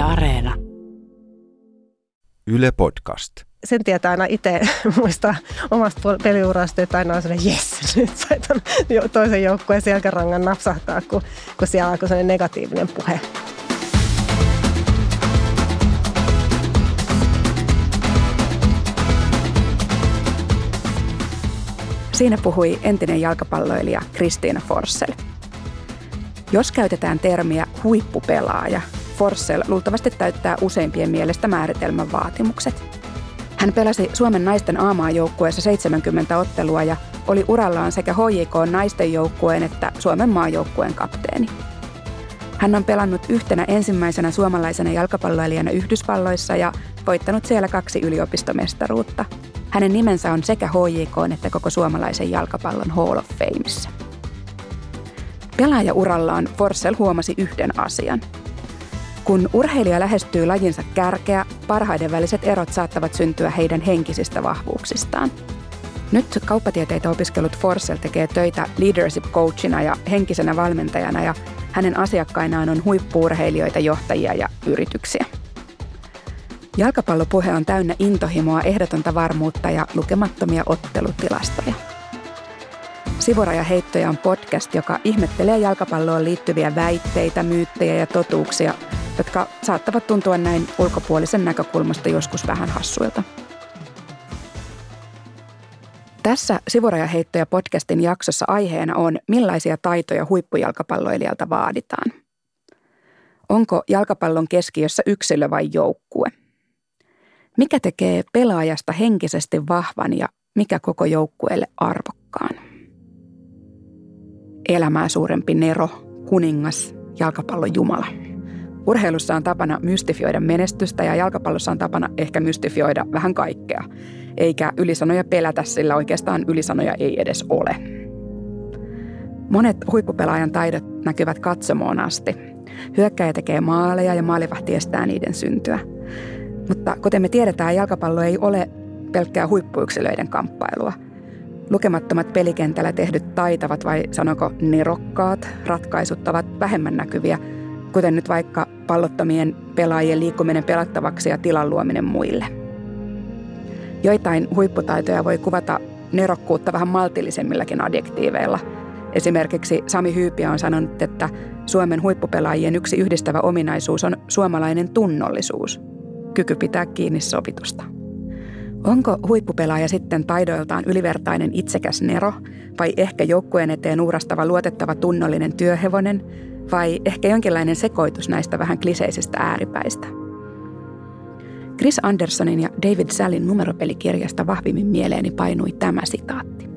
Areena. Yle Podcast. Sen tietää aina itse muistaa omasta peliurasta, että aina on sellainen, jes, nyt sai ton toisen joukkueen selkärangan napsahtaa, kun siellä alkoi sellainen negatiivinen puhe. Siinä puhui entinen jalkapalloilija Christina Forssell. Jos käytetään termiä huippupelaaja, Forssell luultavasti täyttää useimpien mielestä määritelmän vaatimukset. Hän pelasi Suomen naisten A-maajoukkueessa 70 ottelua ja oli urallaan sekä HJK:n naisten joukkueen että Suomen maajoukkueen kapteeni. Hän on pelannut yhtenä ensimmäisenä suomalaisena jalkapalloilijana Yhdysvalloissa ja voittanut siellä 2 yliopistomestaruutta. Hänen nimensä on sekä HJK:n että koko suomalaisen jalkapallon Hall of Fameissa. Pelaajaurallaan Forssell huomasi yhden asian. Kun urheilija lähestyy lajinsa kärkeä, parhaiden väliset erot saattavat syntyä heidän henkisistä vahvuuksistaan. Nyt kauppatieteitä opiskellut Forssell tekee töitä leadership coachina ja henkisenä valmentajana ja hänen asiakkainaan on huippu-urheilijoita, johtajia ja yrityksiä. Jalkapallopuhe on täynnä intohimoa, ehdotonta varmuutta ja lukemattomia ottelutilastoja. Sivurajaheittoja on podcast, joka ihmettelee jalkapalloon liittyviä väitteitä, myyttejä ja totuuksia, jotka saattavat tuntua näin ulkopuolisen näkökulmasta joskus vähän hassuilta. Tässä Sivurajaheittoja podcastin jaksossa aiheena on, millaisia taitoja huippujalkapalloilijalta vaaditaan. Onko jalkapallon keskiössä yksilö vai joukkue? Mikä tekee pelaajasta henkisesti vahvan ja mikä koko joukkueelle arvokkaan? Elämää suurempi nero, kuningas, jalkapallon jumala. Urheilussa on tapana mystifioida menestystä ja jalkapallossa on tapana ehkä mystifioida vähän kaikkea. Eikä ylisanoja pelätä, sillä oikeastaan ylisanoja ei edes ole. Monet huippupelaajan taidot näkyvät katsomoon asti. Hyökkäjä tekee maaleja ja maalivahti estää niiden syntyä. Mutta kuten me tiedetään, jalkapallo ei ole pelkkää huippuyksilöiden kamppailua. Lukemattomat pelikentällä tehdyt taitavat vai sanoko nerokkaat ratkaisut ovat vähemmän näkyviä, kuten nyt vaikka pallottomien pelaajien liikkuminen pelattavaksi ja tilan luominen muille. Joitain huipputaitoja voi kuvata nerokkuutta vähän maltillisemmillakin adjektiiveilla. Esimerkiksi Sami Hyypiö on sanonut, että Suomen huippupelaajien yksi yhdistävä ominaisuus on suomalainen tunnollisuus, kyky pitää kiinni sovitusta. Onko huippupelaaja sitten taidoiltaan ylivertainen itsekäs nero, vai ehkä joukkueen eteen uurastava luotettava tunnollinen työhevonen, vai ehkä jonkinlainen sekoitus näistä vähän kliseisistä ääripäistä? Chris Andersonin ja David Sallin numeropelikirjasta vahvimmin mieleeni painui tämä sitaatti.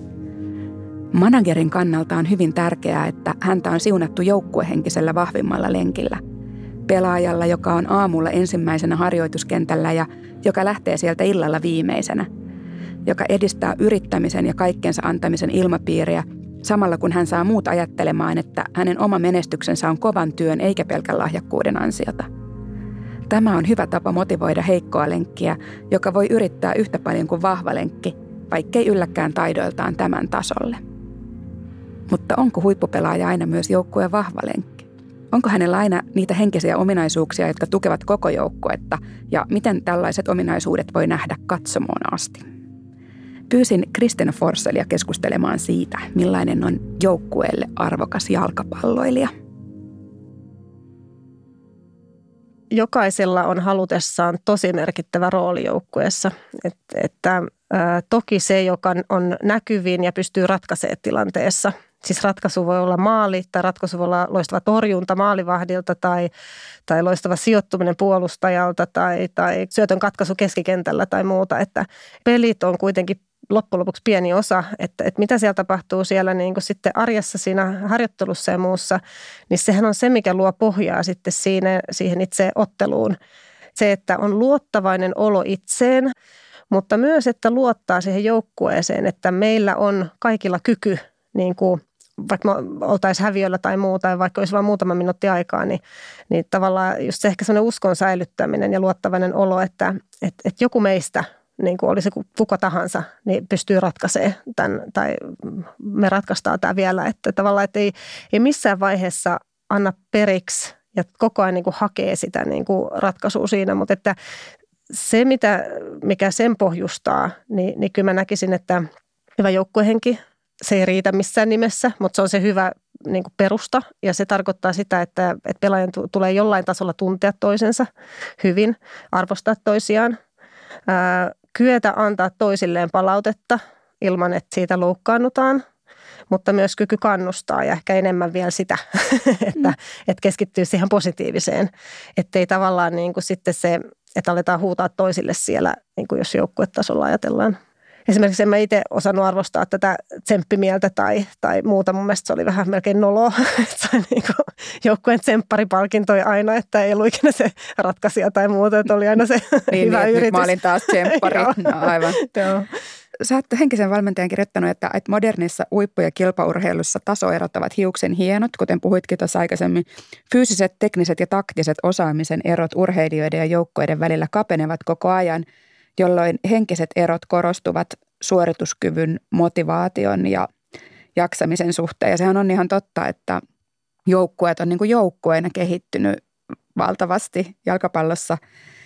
Managerin kannalta on hyvin tärkeää, että häntä on siunattu joukkuehenkisellä vahvimmalla lenkillä. Pelaajalla, joka on aamulla ensimmäisenä harjoituskentällä ja joka lähtee sieltä illalla viimeisenä. Joka edistää yrittämisen ja kaikkensa antamisen ilmapiiriä, samalla kun hän saa muut ajattelemaan, että hänen oma menestyksensä on kovan työn eikä pelkän lahjakkuuden ansiota. Tämä on hyvä tapa motivoida heikkoa lenkkiä, joka voi yrittää yhtä paljon kuin vahva lenkki, vaikkei ylläkään taidoiltaan tämän tasolle. Mutta onko huippupelaaja aina myös joukkueen vahva lenkki? Onko hänellä aina niitä henkisiä ominaisuuksia, jotka tukevat koko joukkuetta, ja miten tällaiset ominaisuudet voi nähdä katsomoon asti? Pyysin Christina Forssellia keskustelemaan siitä, millainen on joukkueelle arvokas jalkapalloilija. Jokaisella on halutessaan tosi merkittävä rooli joukkueessa. Toki se, joka on näkyvin ja pystyy ratkaisemaan tilanteessa. Siis ratkaisu voi olla maali tai ratkaisu voi olla loistava torjunta maalivahdilta tai loistava sijoittuminen puolustajalta tai syötön katkaisu keskikentällä tai muuta. Että pelit on kuitenkin loppujen lopuksi pieni osa, että mitä siellä tapahtuu siellä niin kuin sitten arjessa siinä harjoittelussa ja muussa, niin sehän on se, mikä luo pohjaa sitten siihen itse otteluun. Se, että on luottavainen olo itseen, mutta myös, että luottaa siihen joukkueeseen, että meillä on kaikilla kyky, niin kuin vaikka me oltaisiin häviöllä tai muuta, tai vaikka olisi vain muutama minuutti aikaa, niin tavallaan just se ehkä sellainen uskon säilyttäminen ja luottavainen olo, että joku meistä, niin kuin olisi kuka tahansa, niin pystyy ratkaisemaan tämän, tai me ratkaistaan tämä vielä, että tavallaan, että ei missään vaiheessa anna periksi ja koko ajan niin kuin hakee sitä niin kuin ratkaisua siinä, mutta että se, mikä sen pohjustaa, niin kyllä mä näkisin, että hyvä joukkuehenki, se ei riitä missään nimessä, mutta se on se hyvä niin kuin perusta ja se tarkoittaa sitä, että pelaajan tulee jollain tasolla tuntea toisensa hyvin, arvostaa toisiaan, kyetä antaa toisilleen palautetta ilman, että siitä loukkaannutaan, mutta myös kyky kannustaa ja ehkä enemmän vielä sitä, että keskittyy siihen positiiviseen, ettei tavallaan niin kuin sitten se, että aletaan huutaa toisille siellä, niin kuin jos joukkuetasolla ajatellaan. Esimerkiksi en mä itse osannut arvostaa tätä tsemppimieltä tai muuta. Mun mielestä se oli vähän melkein noloa, että sai niin joukkueen tsempparipalkintoja aina, että ei ollut ikinä se ratkaisija tai muuta, että oli aina se hyvä yritys. Mä olin taas tsemppari. No, aivan. Sä oot henkisen valmentajan kirjoittanut, että modernissa huippu- ja kilpaurheilussa tasoerot ovat hiuksen hienot, kuten puhuitkin tuossa aikaisemmin. Fyysiset, tekniset ja taktiset osaamisen erot urheilijoiden ja joukkueiden välillä kapenevat koko ajan, jolloin henkiset erot korostuvat suorituskyvyn, motivaation ja jaksamisen suhteen. Ja sehän on ihan totta, että joukkueet on niin kuin joukkueena kehittynyt valtavasti jalkapallossa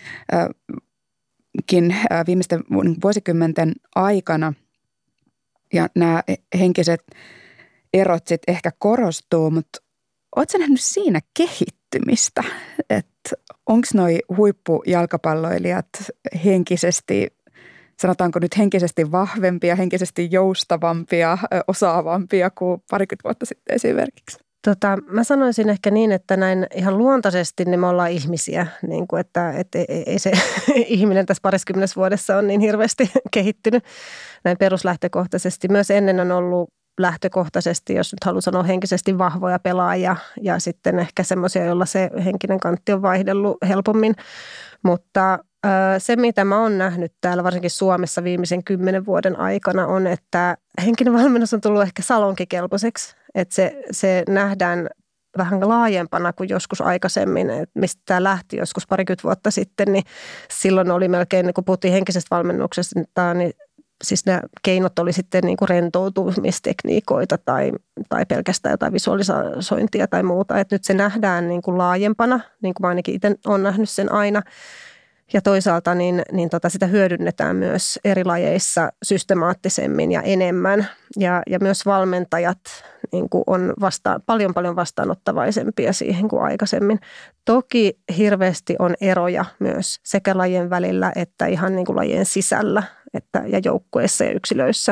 viimeisten vuosikymmenten aikana. Ja nämä henkiset erot sitten ehkä korostuu, mutta ootko sä nähnyt siinä kehittymistä, että onko noi huippujalkapalloilijat henkisesti, sanotaanko nyt henkisesti vahvempia, henkisesti joustavampia, osaavampia kuin parikymmentä vuotta sitten esimerkiksi? Mä sanoisin ehkä niin, että näin ihan luontaisesti niin me ollaan ihmisiä, niin kuin että ei se ihminen tässä 20 vuodessa on niin hirveästi kehittynyt näin peruslähtökohtaisesti. Myös ennen on ollut lähtökohtaisesti, jos nyt haluan sanoa henkisesti vahvoja pelaajia ja sitten ehkä semmoisia, joilla se henkinen kantti on vaihdellut helpommin. Mutta se, mitä mä oon nähnyt täällä varsinkin Suomessa viimeisen 10 vuoden aikana on, että henkinen valmennus on tullut ehkä salonkikelpoiseksi. Että se nähdään vähän laajempana kuin joskus aikaisemmin, että mistä tämä lähti joskus parikymmentä vuotta sitten, niin silloin oli melkein, kun puhuttiin henkisestä valmennuksesta, niin siis nämä keinot oli sitten niin kuin rentoutumistekniikoita tai pelkästään jotain visualisointia tai muuta. Että nyt se nähdään niin kuin laajempana, niin kuin mä ainakin itse olen nähnyt sen aina. Ja toisaalta sitä hyödynnetään myös eri lajeissa systemaattisemmin ja enemmän. Ja myös valmentajat niin kuin on paljon vastaanottavaisempia siihen kuin aikaisemmin. Toki hirveästi on eroja myös sekä lajien välillä että ihan niin kuin lajien sisällä ja joukkueissa ja yksilöissä.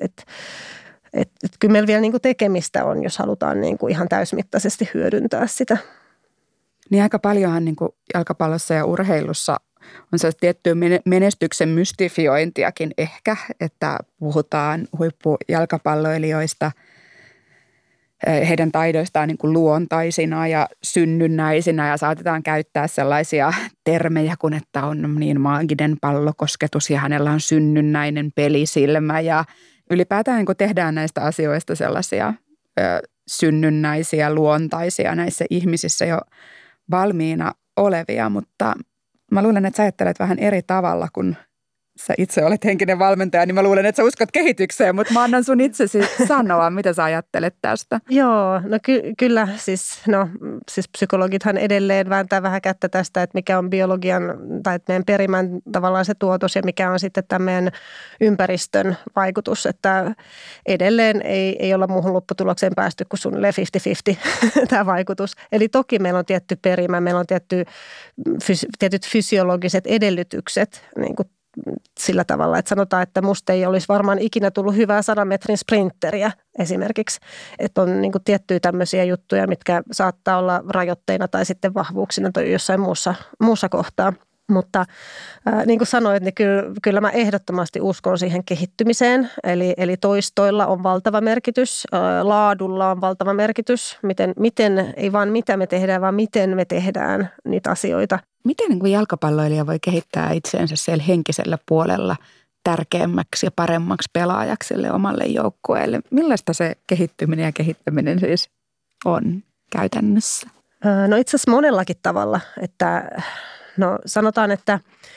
Kyllä meillä vielä niin kuin tekemistä on, jos halutaan niin kuin ihan täysmittaisesti hyödyntää sitä. Niin aika paljonhan niin kuin jalkapallossa ja urheilussa on se tiettyä menestyksen mystifiointiakin ehkä, että puhutaan huippujalkapalloilijoista, heidän taidoistaan niin kuin luontaisina ja synnynnäisinä ja saatetaan käyttää sellaisia termejä kuin, että on niin maaginen pallokosketus ja hänellä on synnynnäinen pelisilmä ja ylipäätään niin kuin tehdään näistä asioista sellaisia synnynnäisiä, luontaisia näissä ihmisissä jo valmiina olevia, mutta mä luulen, että sä ajattelet vähän eri tavalla, kun sä itse olet henkinen valmentaja, niin mä luulen, että sä uskot kehitykseen, mutta mä annan sun itsesi sanoa, mitä sä ajattelet tästä. Joo, no kyllä siis psykologithan edelleen vääntää vähän kättä tästä, että mikä on biologian tai meidän perimän tavallaan se tuotos ja mikä on sitten tämän meidän ympäristön vaikutus, että edelleen ei olla muuhun lopputulokseen päästy kuin suunnilleen 50-50 tämä vaikutus. Eli toki meillä on tietty perimä, meillä on tietyt fysiologiset edellytykset niin kuin sillä tavalla, että sanotaan, että musta ei olisi varmaan ikinä tullut hyvää 100 metrin sprinteriä esimerkiksi. Että on niin kuin tiettyjä tämmöisiä juttuja, mitkä saattaa olla rajoitteina tai sitten vahvuuksina tai jossain muussa kohtaa. Mutta niin kuin sanoit, niin kyllä mä ehdottomasti uskon siihen kehittymiseen. Eli toistoilla on valtava merkitys, laadulla on valtava merkitys. Miten, ei vaan mitä me tehdään, vaan miten me tehdään niitä asioita. Miten niin kuin jalkapalloilija voi kehittää itseensä siellä henkisellä puolella tärkeämmäksi ja paremmaksi pelaajaksi sille omalle joukkueelle? Millaista se kehittyminen ja kehittäminen siis on käytännössä? No itse asiassa monellakin tavalla, että no sanotaan, että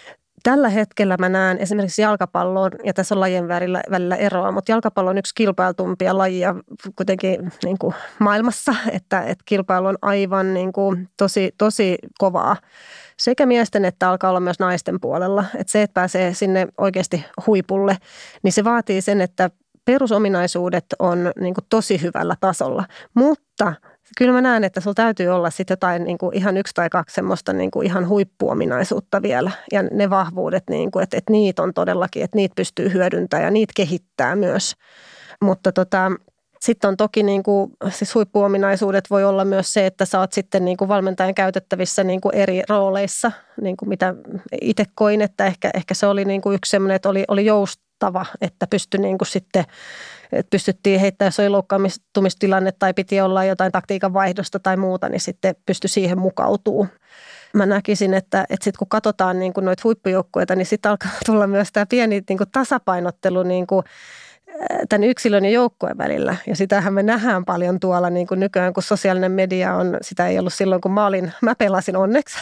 Tällä hetkellä mä näen esimerkiksi jalkapallon, ja tässä on lajien välillä eroa, mutta jalkapallo on yksi kilpailtumpia lajia kuitenkin niin kuin maailmassa, että kilpailu on aivan niin kuin tosi kovaa. Sekä miesten että alkaa olla myös naisten puolella. Että se, että pääsee sinne oikeasti huipulle, niin se vaatii sen, että perusominaisuudet on niin kuin tosi hyvällä tasolla. Mutta kyllä mä näen, että sulla täytyy olla sitten jotain niin kuin ihan 1 tai 2 semmoista niin kuin ihan huippuominaisuutta vielä. Ja ne vahvuudet, niin kuin, että niitä on todellakin, että niitä pystyy hyödyntämään ja niitä kehittää myös. Mutta sitten on toki niin kuin, siis huippuominaisuudet voi olla myös se, että sä oot sitten niin kuin valmentajan käytettävissä niin kuin eri rooleissa, niin kuin mitä itse koin, että ehkä se oli niin kuin yksi semmoinen, että oli joustava, että pystyi niin kuin sitten, että pystyttiin heittämään, jos oli loukkaantumistilanne tai piti olla jotain taktiikan vaihdosta tai muuta, niin sitten pystyi siihen mukautumaan. Mä näkisin, että sitten kun katsotaan niin kuin noita huippujoukkueita, niin sitten alkaa tulla myös tämä pieni niin kuin tasapainottelu niin kuin tämän yksilön ja joukkueen välillä. Ja sitähän me nähdään paljon tuolla niin kuin nykyään, kun sosiaalinen media on, sitä ei ollut silloin, kun mä pelasin onneksi,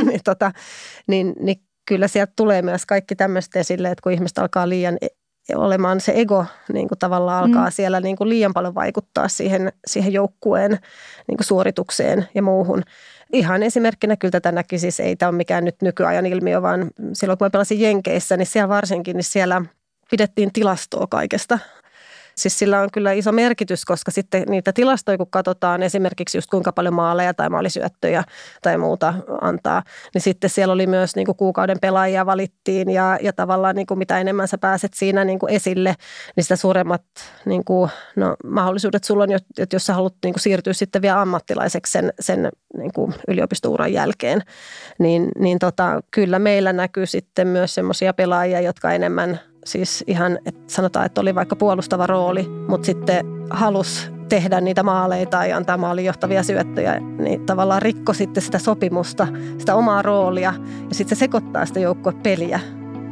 niin kyllä sieltä tulee myös kaikki tämmöistä esille, että kun ihmiset alkaa liian olemaan se ego, niin kuin tavallaan alkaa siellä niin kuin liian paljon vaikuttaa siihen joukkueen niin kuin suoritukseen ja muuhun. Ihan esimerkkinä kyllä tätä näki, siis ei tämä ole mikään nyt nykyajan ilmiö, vaan silloin kun mä pelasin Jenkeissä, niin siellä varsinkin, niin siellä pidettiin tilastoa kaikesta. Siis sillä on kyllä iso merkitys, koska sitten niitä tilastoja, kun katsotaan esimerkiksi just kuinka paljon maaleja tai maalisyöttöjä tai muuta antaa, niin sitten siellä oli myös niin kuin kuukauden pelaajia valittiin ja tavallaan niin kuin mitä enemmän sä pääset siinä niin kuin esille, niin sitä suuremmat niin kuin, mahdollisuudet sulla on, että jos sä haluat niin kuin siirtyä sitten vielä ammattilaiseksi sen niin kuin yliopistouran jälkeen, niin kyllä meillä näkyy sitten myös semmoisia pelaajia, jotka enemmän siis ihan, että sanotaan, että oli vaikka puolustava rooli, mutta sitten halusi tehdä niitä maaleja tai antaa maalin johtavia syöttöjä, niin tavallaan rikko sitten sitä sopimusta, sitä omaa roolia ja sitten se sekoittaa sitä joukkuepeliä.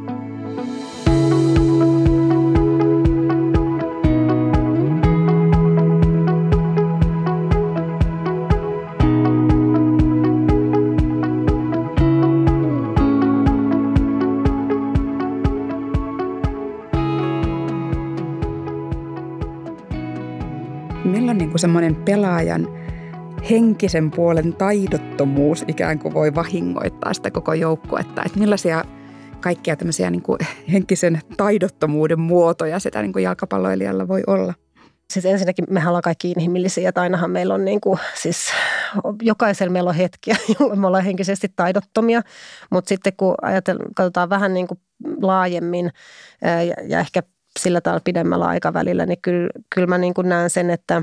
Milloin niin kuin semmoinen pelaajan henkisen puolen taidottomuus ikään kuin voi vahingoittaa sitä koko joukkuetta? Että millaisia kaikkia tämmöisiä niin kuin henkisen taidottomuuden muotoja sitä niin kuin jalkapalloilijalla voi olla? Siis ensinnäkin mehän ollaan kaikki inhimillisiä, että ainahan meillä on niin kuin, siis jokaisella meillä on hetkiä, jolloin me ollaan henkisesti taidottomia, mutta sitten kun katsotaan vähän niin kuin laajemmin ja ehkä sillä tavalla pidemmällä aikavälillä, niin kyllä mä niin kuin näen sen, että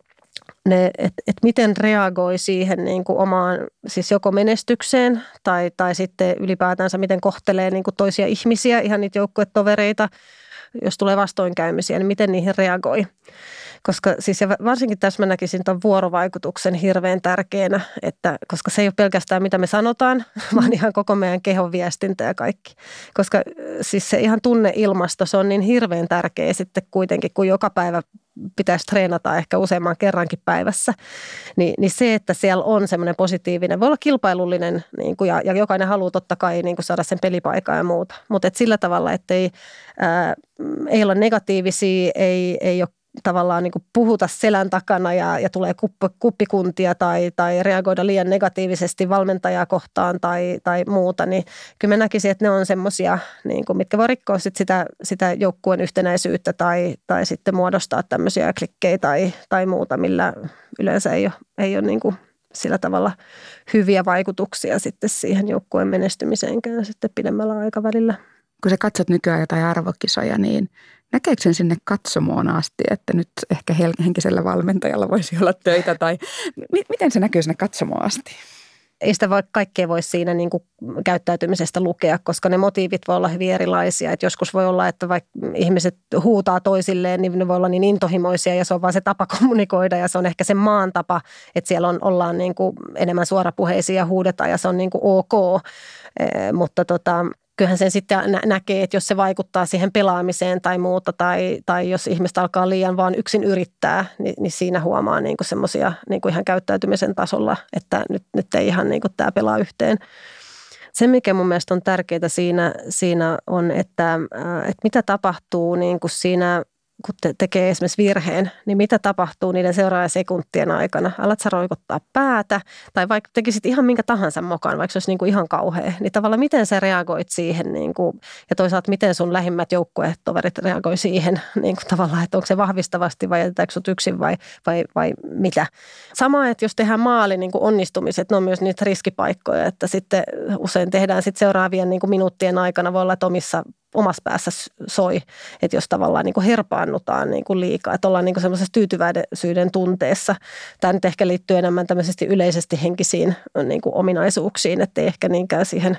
miten reagoi siihen niin kuin omaan siis joko menestykseen tai sitten ylipäätänsä miten kohtelee niin kuin toisia ihmisiä, ihan niitä joukkuetovereita, jos tulee vastoinkäymisiä, niin miten niihin reagoi. Koska siis varsinkin tässä mä näkisin tuon vuorovaikutuksen hirveän tärkeänä, koska se ei ole pelkästään mitä me sanotaan, vaan ihan koko meidän kehon viestintä ja kaikki. Koska siis se ihan tunneilmasto, se on niin hirveän tärkeä sitten kuitenkin, kun joka päivä pitäisi treenata ehkä useamman kerrankin päivässä, niin se, että siellä on semmoinen positiivinen, voi olla kilpailullinen niin kuin, ja jokainen haluaa totta kai niin kuin saada sen pelipaikan ja muuta, mutta sillä tavalla, että ei olla negatiivisia, ei ole tavallaan niin kuin puhuta selän takana ja tulee kuppikuntia tai reagoida liian negatiivisesti valmentajaa kohtaan tai muuta, niin kyllä mä näkisin, että ne on semmoisia, niin kuin, mitkä voi rikkoa sitä joukkueen yhtenäisyyttä tai sitten muodostaa tämmöisiä klikkejä tai muuta, millä yleensä ei ole niin kuin sillä tavalla hyviä vaikutuksia sitten siihen joukkueen menestymiseenkään sitten pidemmällä aikavälillä. Kun sä katsot nykyään jotain arvokisoja, niin näkeekö sen sinne katsomoon asti, että nyt ehkä henkisellä valmentajalla voisi olla töitä tai miten se näkyy sinne katsomoon asti? Ei sitä kaikkea voi siinä niin kuin käyttäytymisestä lukea, koska ne motiivit voi olla hyvin erilaisia. Et joskus voi olla, että vaikka ihmiset huutaa toisilleen, niin ne voi olla niin intohimoisia ja se on vaan se tapa kommunikoida ja se on ehkä se maan tapa, että siellä ollaan niin kuin enemmän suorapuheisia ja huudetaan ja se on niin kuin ok, mutta kyllähän sen sitten näkee, että jos se vaikuttaa siihen pelaamiseen tai muuta, tai jos ihmistä alkaa liian vaan yksin yrittää, niin siinä huomaa niin kuin semmoisia niin kuin ihan käyttäytymisen tasolla, että nyt ei ihan niin kuin tämä pelaa yhteen. Se, mikä mun mielestä on tärkeää siinä on, että mitä tapahtuu niin kuin siinä, kun tekee esimerkiksi virheen, niin mitä tapahtuu niiden seuraavien sekuntien aikana? Alat sä roikottaa päätä tai vaikka tekisit ihan minkä tahansa mokan, vaikka se olisi niin kuin ihan kauhea, niin tavallaan miten sä reagoit siihen niin kuin, ja toisaalta miten sun lähimmät joukkuetoverit reagoi siihen niin kuin tavallaan, että onko se vahvistavasti vai jätetäänkö sut yksin vai mitä. Sama, että jos tehdään maali niin kuin onnistumiset, ne on myös niitä riskipaikkoja, että sitten usein tehdään sitten seuraavien niin kuin minuuttien aikana, voi olla, että omassa päässä soi, että jos tavallaan niin kuin herpaannutaan niin kuin liikaa, että ollaan niin kuin semmoisessa tyytyväisyyden tunteessa. Tämä nyt ehkä liittyy enemmän tämmöisesti yleisesti henkisiin niin kuin ominaisuuksiin, ettei ehkä niinkään siihen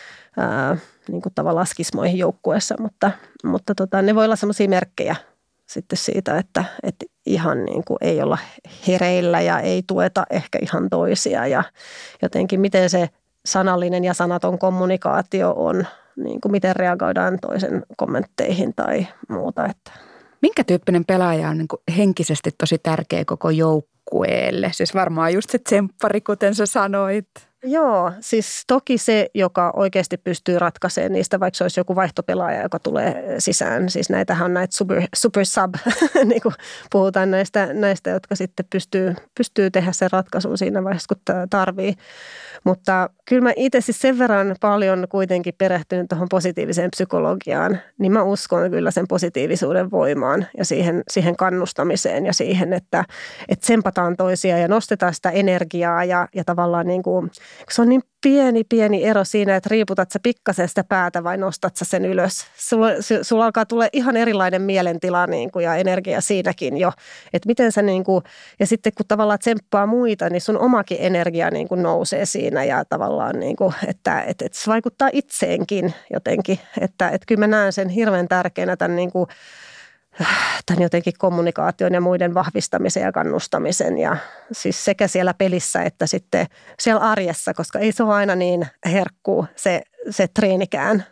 niin kuin tavallaan skismoihin joukkueessa, mutta ne voi olla semmoisia merkkejä sitten siitä, että ihan niin kuin ei olla hereillä ja ei tueta ehkä ihan toisia ja jotenkin miten se sanallinen ja sanaton kommunikaatio on, niin kuin miten reagoidaan toisen kommentteihin tai muuta. Että. Minkä tyyppinen pelaaja on niin kuin henkisesti tosi tärkeä koko joukkueelle? Siis varmaan just se tsemppari, kuten sä sanoit. Joo, siis toki se, joka oikeasti pystyy ratkaisemaan niistä, vaikka se olisi joku vaihtopelaaja, joka tulee sisään. Siis näitähän on näitä super sub, niin kuin puhutaan näistä, jotka sitten pystyy tehdä sen ratkaisun siinä vaiheessa, kun tarvii. Mutta kyllä mä itse siis sen verran paljon kuitenkin perehtynyt tuohon positiiviseen psykologiaan, niin mä uskon kyllä sen positiivisuuden voimaan ja siihen kannustamiseen ja siihen, että tsempataan toisia ja nostetaan sitä energiaa ja tavallaan niin kuin, se on niin pieni ero siinä, että riiputat sä pikkasen sitä päätä vai nostat sä sen ylös. Sulla alkaa tulla ihan erilainen mielentila niin kuin, ja energia siinäkin jo. Että miten sä niin kuin, ja sitten kun tavallaan tsemppaa muita, niin sun omakin energia niin kuin nousee siinä ja tavallaan niin kuin, että se vaikuttaa itseenkin jotenkin. Että kyllä mä näen sen hirveän tärkeänä tämän niin kuin, tämän jotenkin kommunikaation ja muiden vahvistamisen ja kannustamisen ja siis sekä siellä pelissä että sitten siellä arjessa, koska ei se ole aina niin herkkuu se treenikään.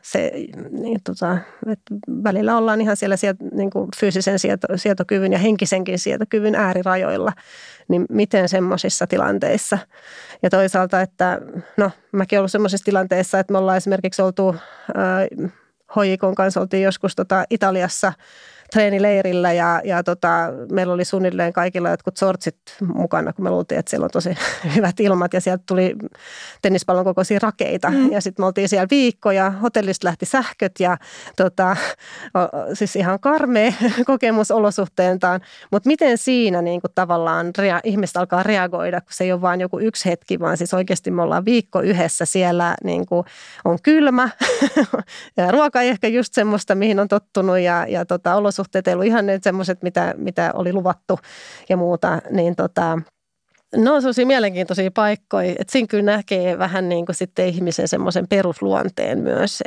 Että välillä ollaan ihan siellä niin kuin fyysisen sietokyvyn ja henkisenkin sietokyvyn äärirajoilla, niin miten semmoisissa tilanteissa. Ja toisaalta, että mäkin olen ollut semmoisissa tilanteissa, että me ollaan esimerkiksi oltu HJK:n kanssa oltiin joskus Italiassa treenileirillä ja meillä oli suunnilleen kaikilla jotkut sortsit mukana, kun me luultiin, että siellä on tosi hyvät ilmat ja sieltä tuli tennispallon kokoisia rakeita. Ja sitten me oltiin siellä viikko ja hotellista lähti sähköt ja siis ihan karmea kokemus olosuhteentaan. Mutta miten siinä niin kuin tavallaan ihmiset alkaa reagoida, kun se ei ole vain joku yksi hetki, vaan siis oikeasti me ollaan viikko yhdessä siellä, niin kuin on kylmä ja ruoka ei ehkä just semmoista, mihin on tottunut ja olosuhteet ei ollut ihan ne semmoiset, mitä oli luvattu ja muuta, niin ne on sellaisia mielenkiintoisia paikkoja, että siinä kyllä näkee vähän niin kuin sitten ihmisen semmoisen perusluonteen myös,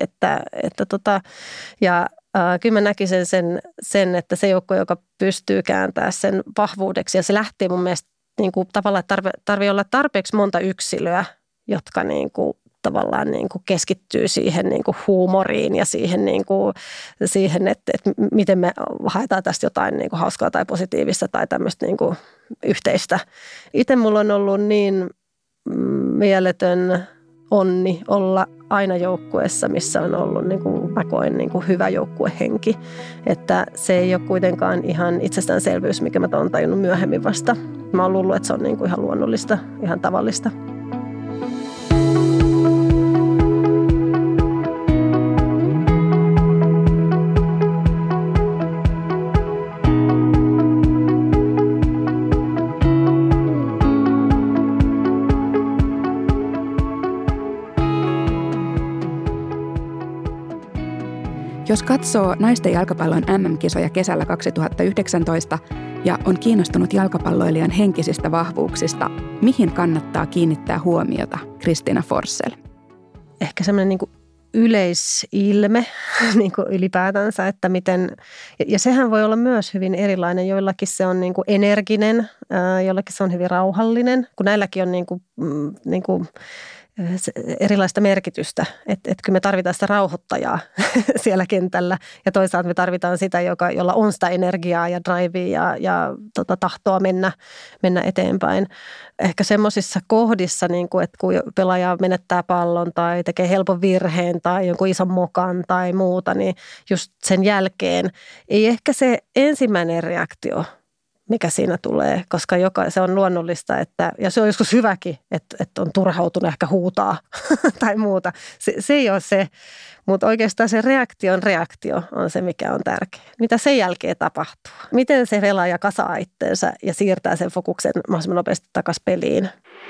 kyllä mä näkisin sen, että se joukko, joka pystyy kääntämään sen vahvuudeksi ja se lähtee mun mielestä niin kuin tavallaan, että tarvii olla tarpeeksi monta yksilöä, jotka niin kuin tavallaan niin kuin keskittyy siihen niin kuin huumoriin ja siihen että miten me haetaan tästä jotain niin kuin hauskaa tai positiivista tai tämmöistä niin kuin yhteistä. Itse mulla on ollut niin mieletön onni olla aina joukkueessa, missä on ollut, niin kuin mä koen, niin kuin hyvä joukkuehenki. Että se ei ole kuitenkaan ihan itsestäänselvyys, mikä mä oon tajunnut myöhemmin vasta. Mä oon luullut, että se on niin kuin ihan luonnollista, ihan tavallista. Jos katsoo naisten jalkapallon MM-kisoja kesällä 2019 ja on kiinnostunut jalkapalloilijan henkisistä vahvuuksista, mihin kannattaa kiinnittää huomiota, Christina Forssell? Ehkä semmoinen niin kuin yleisilme niin kuin ylipäätänsä, että miten, ja sehän voi olla myös hyvin erilainen, joillakin se on niin kuin energinen, joillakin se on hyvin rauhallinen, kun näilläkin on niin kuin erilaista merkitystä. Että kyllä me tarvitaan sitä rauhoittajaa siellä kentällä ja toisaalta me tarvitaan sitä, jolla on sitä energiaa ja drivea ja tahtoa mennä eteenpäin. Ehkä semmoisissa kohdissa, niin kuin, että kun pelaaja menettää pallon tai tekee helpon virheen tai jonkun ison mokan tai muuta, niin just sen jälkeen ei ehkä se ensimmäinen reaktio, mikä siinä tulee, koska se on luonnollista, ja se on joskus hyväkin, että on turhautunut ehkä huutaa tai muuta. Se ei ole se, mutta oikeastaan se reaktio on se, mikä on tärkeä. Mitä sen jälkeen tapahtuu? Miten se pelaaja kasaa itteensä ja siirtää sen fokuksen mahdollisimman nopeasti takaisin peliin?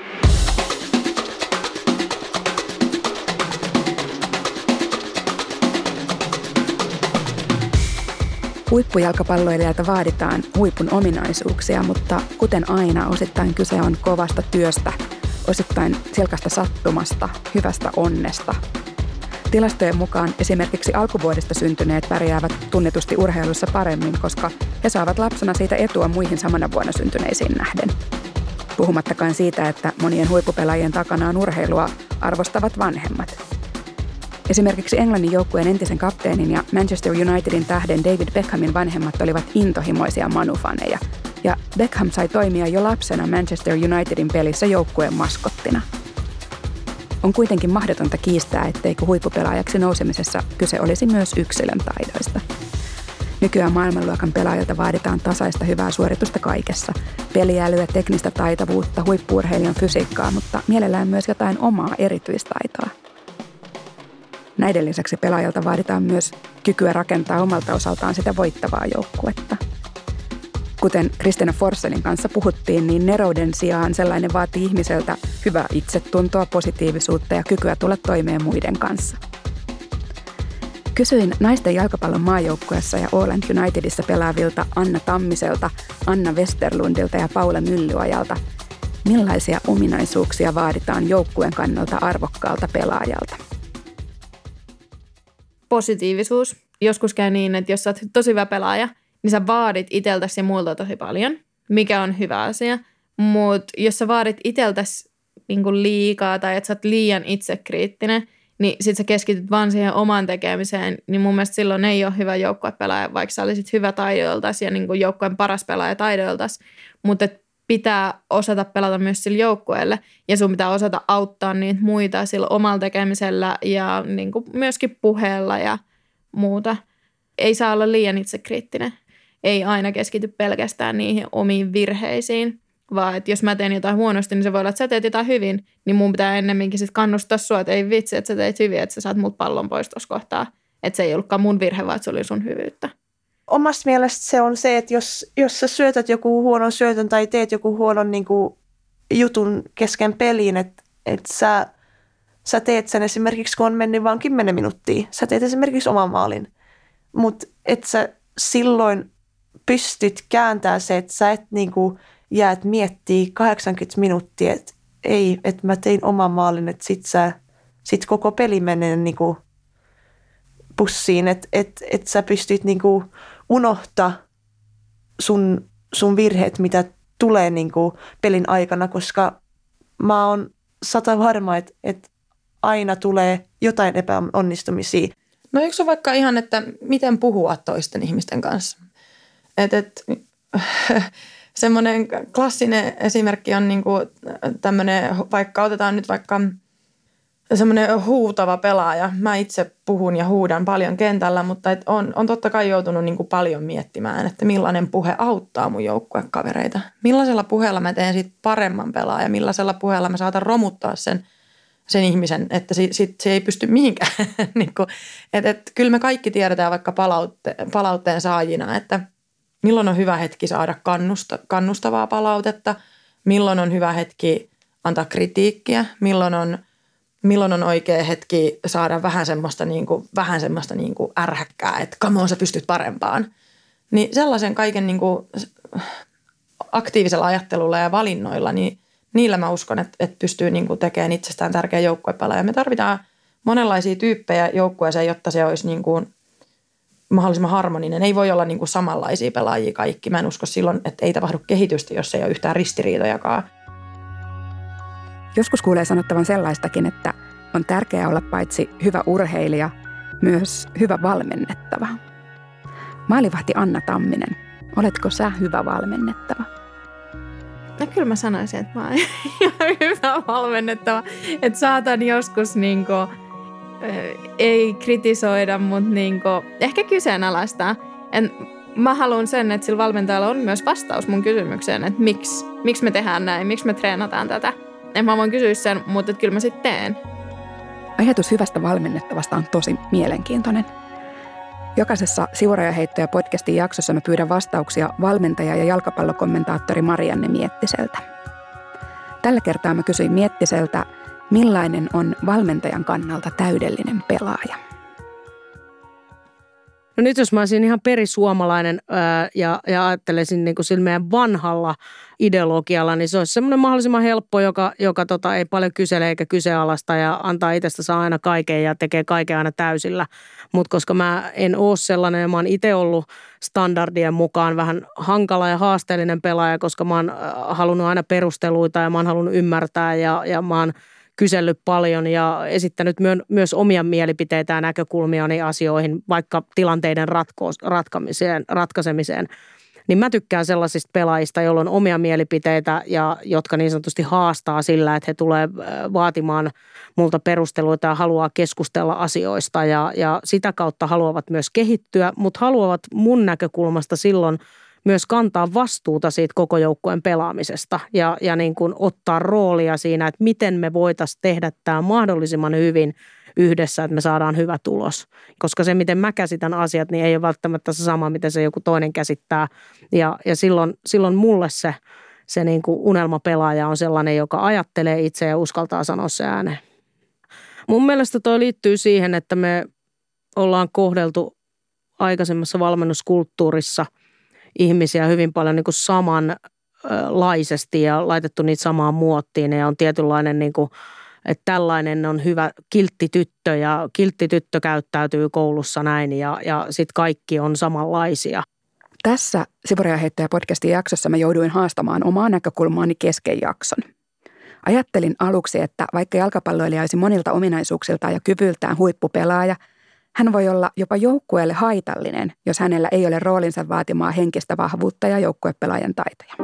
Huippujalkapalloilijalta vaaditaan huipun ominaisuuksia, mutta kuten aina, osittain kyse on kovasta työstä, osittain silkasta sattumasta, hyvästä onnesta. Tilastojen mukaan esimerkiksi alkuvuodesta syntyneet pärjäävät tunnetusti urheilussa paremmin, koska he saavat lapsena siitä etua muihin samana vuonna syntyneisiin nähden. Puhumattakaan siitä, että monien huippupelaajien takana on urheilua arvostavat vanhemmat. Esimerkiksi Englannin joukkueen entisen kapteenin ja Manchester Unitedin tähden David Beckhamin vanhemmat olivat intohimoisia Manu-faneja, ja Beckham sai toimia jo lapsena Manchester Unitedin pelissä joukkueen maskottina. On kuitenkin mahdotonta kiistää, etteikö huippupelaajaksi nousemisessa kyse olisi myös yksilön taidoista. Nykyään maailmanluokan pelaajilta vaaditaan tasaista hyvää suoritusta kaikessa, peliälyä, teknistä taitavuutta, huippu-urheilijan fysiikkaa, mutta mielellään myös jotain omaa erityistaitoa. Näiden lisäksi pelaajalta vaaditaan myös kykyä rakentaa omalta osaltaan sitä voittavaa joukkuetta. Kuten Kristina Forsellin kanssa puhuttiin, niin nerouden sijaan sellainen vaatii ihmiseltä hyvää itsetuntoa, positiivisuutta ja kykyä tulla toimeen muiden kanssa. Kysyin naisten jalkapallon maajoukkueessa ja Åland Unitedissa pelaavilta Anna Tammiselta, Anna Westerlundilta ja Paula Myllyajalta, millaisia ominaisuuksia vaaditaan joukkueen kannalta arvokkaalta pelaajalta. Positiivisuus. Joskus käy niin, että jos sä oot tosi hyvä pelaaja, niin sä vaadit iteltäsi ja muilta tosi paljon, mikä on hyvä asia. Mutta jos sä vaadit iteltäsi niinku liikaa tai että sä oot liian itsekriittinen, niin sit sä keskityt vaan siihen omaan tekemiseen, niin mun mielestä silloin ei ole hyvä joukkuepelaaja, vaikka sä olisit hyvä taidoiltasi ja niinku joukkueen paras pelaaja taidoiltasi. Mutta pitää osata pelata myös sillä joukkueelle ja sun pitää osata auttaa niitä muita sillä omalla tekemisellä ja niinku myöskin puheella ja muuta. Ei saa olla liian itsekriittinen. Ei aina keskity pelkästään niihin omiin virheisiin, vaan että jos mä teen jotain huonosti, niin se voi olla, että sä teet jotain hyvin, niin mun pitää ennemminkin sit kannustaa sua, että ei vitsi, että sä teit hyvin, että sä saat mut pallon pois tuossa kohtaa. Että se ei ollutkaan mun virhe, vaan että se oli sun hyvyyttä. Omasta mielestä se on se, että jos sä syötät joku huonon syötön tai teet joku huonon niin kuin, jutun kesken peliin, että sä teet sen esimerkiksi, kun on mennyt vain 10 minuuttia. Sä teet esimerkiksi oman maalin, mutta että sä silloin pystyt kääntämään se, että sä et niin kuin, jäät miettiä 80 minuuttia, että ei, että mä tein oman maalin, että sit koko peli menee niin kuin pussiin, että sä pystyt niin kuin unohtaa sun virheet, mitä tulee niin kuin pelin aikana, koska mä oon 100% varma, että aina tulee jotain epäonnistumisia. No eikö se vaikka ihan, että miten puhua toisten ihmisten kanssa? Semmoinen klassinen esimerkki on niinku tämmöinen, vaikka otetaan nyt vaikka semmoinen huutava pelaaja. Mä itse puhun ja huudan paljon kentällä, mutta on totta kai joutunut niinku paljon miettimään, että millainen puhe auttaa mun joukkuekavereita. Millaisella puheella mä teen siitä paremman pelaajan, millaisella puheella mä saatan romuttaa sen ihmisen, että se ei pysty mihinkään. Kyllä me kaikki tiedetään vaikka palautteen saajina, että milloin on hyvä hetki saada kannustavaa palautetta, milloin on hyvä hetki antaa kritiikkiä, milloin on oikea hetki saada vähän semmoista ärhäkkää, että come on, sä pystyt parempaan. Niin sellaisen kaiken niinku aktiivisella ajattelulla ja valinnoilla, niin niillä mä uskon, että pystyy niinku tekemään itsestään tärkeä joukkuepelaaja. Me tarvitaan monenlaisia tyyppejä joukkueeseen, jotta se olisi niinku mahdollisimman harmoninen. Ei voi olla niinku samanlaisia pelaajia kaikki. Mä en usko silloin, että ei tapahdu kehitystä, jos ei ole yhtään ristiriitojakaan. Joskus kuulee sanottavan sellaistakin, että on tärkeää olla paitsi hyvä urheilija, myös hyvä valmennettava. Maalivahti Anna Tamminen, oletko sä hyvä valmennettava? No kyllä mä sanoisin, että mä oon hyvä valmennettava. Että saatan joskus ei kritisoida, mutta ehkä kyseenalaistaa. Mä haluan sen, että sillä valmentajalla on myös vastaus mun kysymykseen, että miksi me tehdään näin, miksi me treenataan tätä. En mä voin kysyä sen, mutta kyllä mä sitten teen. Ajatus hyvästä valmennettavasta on tosi mielenkiintoinen. Jokaisessa Sivurajaheittoja podcastin jaksossa mä pyydän vastauksia valmentaja- ja jalkapallokommentaattori Marianne Miettiseltä. Tällä kertaa mä kysyin Miettiseltä, millainen on valmentajan kannalta täydellinen pelaaja. No nyt jos mä olisin ihan perisuomalainen ja ajattelisin niin kuin sillä meidän vanhalla ideologialla, niin se olisi semmoinen mahdollisimman helppo, joka ei paljon kysele eikä kyseenalaista ja antaa itsestänsä aina kaiken ja tekee kaiken aina täysillä. Mutta koska mä en ole sellainen ja mä oon itse ollut standardien mukaan vähän hankala ja haasteellinen pelaaja, koska mä oon halunnut aina perusteluita ja mä oon halunnut ymmärtää ja mä oon kysellyt paljon ja esittänyt myös omia mielipiteitä ja näkökulmiani asioihin, vaikka tilanteiden ratkaisemiseen. Niin mä tykkään sellaisista pelaajista, joilla on omia mielipiteitä ja jotka niin sanotusti haastaa sillä, että he tulee vaatimaan multa perusteluita ja haluaa keskustella asioista ja sitä kautta haluavat myös kehittyä, mutta haluavat mun näkökulmasta silloin myös kantaa vastuuta siitä koko joukkueen pelaamisesta ja niin kuin ottaa roolia siinä, että miten me voitaisiin tehdä tämä mahdollisimman hyvin yhdessä, että me saadaan hyvä tulos. Koska se, miten mä käsitän asiat, niin ei ole välttämättä se sama, miten se joku toinen käsittää. Ja silloin mulle se niin kuin unelmapelaaja on sellainen, joka ajattelee itse ja uskaltaa sanoa se ääneen. Mun mielestä toi liittyy siihen, että me ollaan kohdeltu aikaisemmassa valmennuskulttuurissa ihmisiä hyvin paljon niin kuin samanlaisesti ja laitettu niitä samaan muottiin ja on tietynlainen, niin kuin, että tällainen on hyvä kiltti tyttö ja kiltti tyttö käyttäytyy koulussa näin ja sitten kaikki on samanlaisia. Tässä Sivurajaheittoja podcastin jaksossa mä jouduin haastamaan omaa näkökulmaani kesken jakson. Ajattelin aluksi, että vaikka jalkapalloilija olisi monilta ominaisuuksiltaan ja kyvyltään huippupelaaja, hän voi olla jopa joukkueelle haitallinen, jos hänellä ei ole roolinsa vaatimaa henkistä vahvuutta ja joukkuepelaajan taitoja.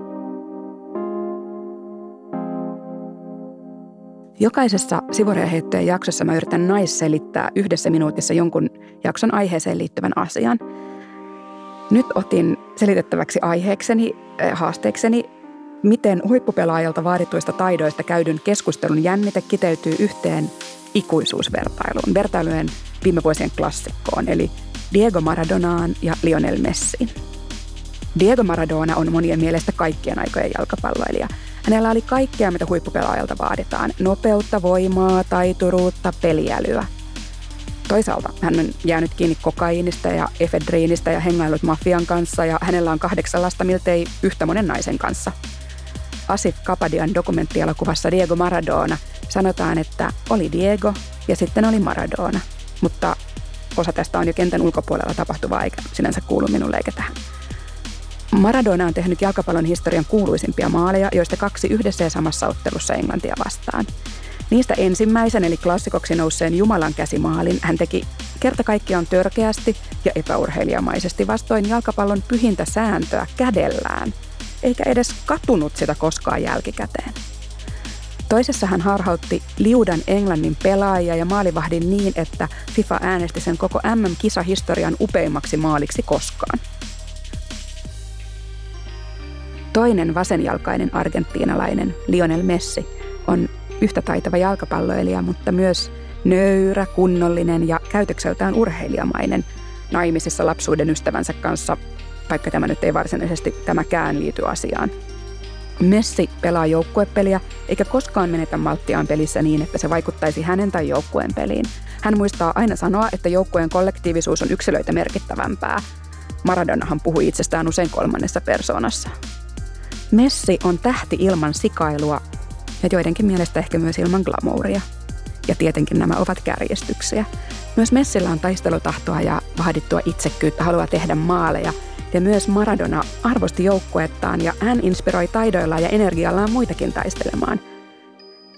Jokaisessa Sivurajaheittojen jaksossa mä yritän naisselittää yhdessä minuutissa jonkun jakson aiheeseen liittyvän asian. Nyt otin selitettäväksi haasteekseni, miten huippupelaajalta vaadituista taidoista käydyn keskustelun jännite kiteytyy yhteen ikuisuusvertailuun, vertailujen viime vuosien klassikkoon, eli Diego Maradonaan ja Lionel Messiin. Diego Maradona on monien mielestä kaikkien aikojen jalkapalloilija. Hänellä oli kaikkea, mitä huippupelaajalta vaaditaan. Nopeutta, voimaa, taituruutta, peliälyä. Toisaalta hän on jäänyt kiinni kokaiinista ja efedriinistä ja hengaillut mafian kanssa ja hänellä on 8 lasta miltei yhtä monen naisen kanssa. Asif Kapadian dokumenttielokuvassa Diego Maradona sanotaan, että oli Diego ja sitten oli Maradona, mutta osa tästä on jo kentän ulkopuolella tapahtuvaa eikä sinänsä kuulu minulle eikä tähän. Maradona on tehnyt jalkapallon historian kuuluisimpia maaleja, joista 2 yhdessä ja samassa ottelussa Englantia vastaan. Niistä ensimmäisen eli klassikoksi nousseen Jumalan käsimaalin hän teki kerta kaikkiaan törkeästi ja epäurheilijamaisesti vastoin jalkapallon pyhintä sääntöä kädellään, eikä edes katunut sitä koskaan jälkikäteen. Toisessa hän harhautti liudan Englannin pelaajia ja maalivahdin niin, että FIFA äänesti sen koko MM-kisahistorian upeimmaksi maaliksi koskaan. Toinen vasenjalkainen argentiinalainen Lionel Messi on yhtä taitava jalkapalloilija, mutta myös nöyrä, kunnollinen ja käytökseltään urheilijamainen naimisissa lapsuuden ystävänsä kanssa, vaikka tämä nyt ei varsinaisesti tämäkään liity asiaan. Messi pelaa joukkuepeliä eikä koskaan menetä malttiaan pelissä niin, että se vaikuttaisi hänen tai joukkueen peliin. Hän muistaa aina sanoa, että joukkueen kollektiivisuus on yksilöitä merkittävämpää. Maradonahan puhui itsestään usein 3. persoonassa. Messi on tähti ilman sikailua ja joidenkin mielestä ehkä myös ilman glamouria. Ja tietenkin nämä ovat kärjistyksiä. Myös Messillä on taistelutahtoa ja vaadittua itsekkyyttä, haluaa tehdä maaleja. Ja myös Maradona arvosti joukkuettaan ja hän inspiroi taidoillaan ja energiallaan muitakin taistelemaan.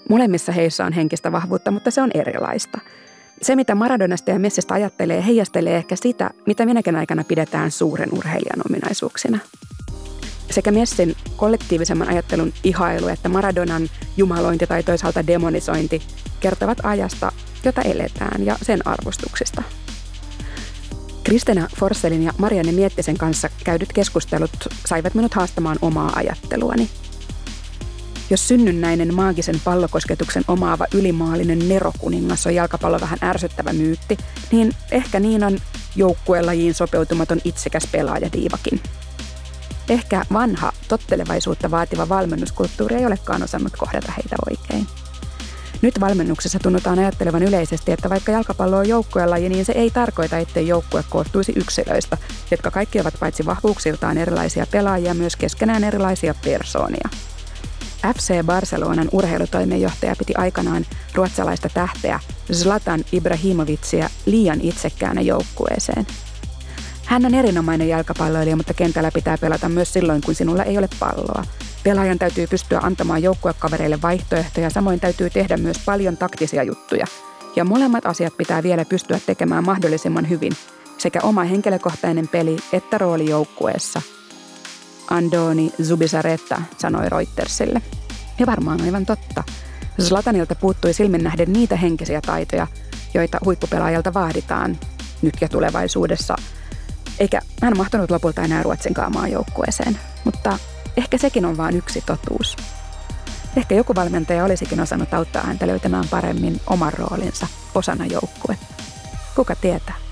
Molemmissa heissä on henkistä vahvuutta, mutta se on erilaista. Se, mitä Maradonasta ja Messistä ajattelee, heijastelee ehkä sitä, mitä minäkin aikana pidetään suuren urheilijan ominaisuuksina. Sekä Messin kollektiivisemman ajattelun ihailu että Maradonan jumalointi tai toisaalta demonisointi kertovat ajasta, jota eletään ja sen arvostuksista. Kristina Forsellin ja Marianne Miettisen kanssa käydyt keskustelut saivat minut haastamaan omaa ajatteluani. Jos synnynnäinen maagisen pallokosketuksen omaava ylimaallinen nerokuningas on jalkapallon vähän ärsyttävä myytti, niin ehkä niin on joukkuelajiin sopeutumaton itsekäs pelaajadiivakin. Ehkä vanha, tottelevaisuutta vaativa valmennuskulttuuri ei olekaan osannut kohdata heitä oikein. Nyt valmennuksessa tunnutaan ajattelevan yleisesti, että vaikka jalkapallo on joukkuelaji, niin se ei tarkoita, ettei joukkue koostuisi yksilöistä, jotka kaikki ovat paitsi vahvuuksiltaan erilaisia pelaajia, myös keskenään erilaisia persoonia. FC Barcelonan urheilutoimenjohtaja piti aikanaan ruotsalaista tähteä Zlatan Ibrahimovicia liian itsekkäänä joukkueeseen. Hän on erinomainen jalkapalloilija, mutta kentällä pitää pelata myös silloin, kun sinulla ei ole palloa. Pelaajan täytyy pystyä antamaan joukkuekavereille vaihtoehtoja, samoin täytyy tehdä myös paljon taktisia juttuja. Ja molemmat asiat pitää vielä pystyä tekemään mahdollisimman hyvin, sekä oma henkilökohtainen peli että rooli joukkueessa. Andoni Zubizarreta sanoi Reutersille. Ja varmaan aivan totta. Zlatanilta puuttui silmin nähden niitä henkisiä taitoja, joita huippupelaajalta vaaditaan nyt ja tulevaisuudessa. Eikä hän mahtunut lopulta enää Ruotsinkaan maajoukkueeseen, mutta ehkä sekin on vain yksi totuus. Ehkä joku valmentaja olisikin osannut auttaa häntä löytämään paremmin oman roolinsa osana joukkuetta. Kuka tietää?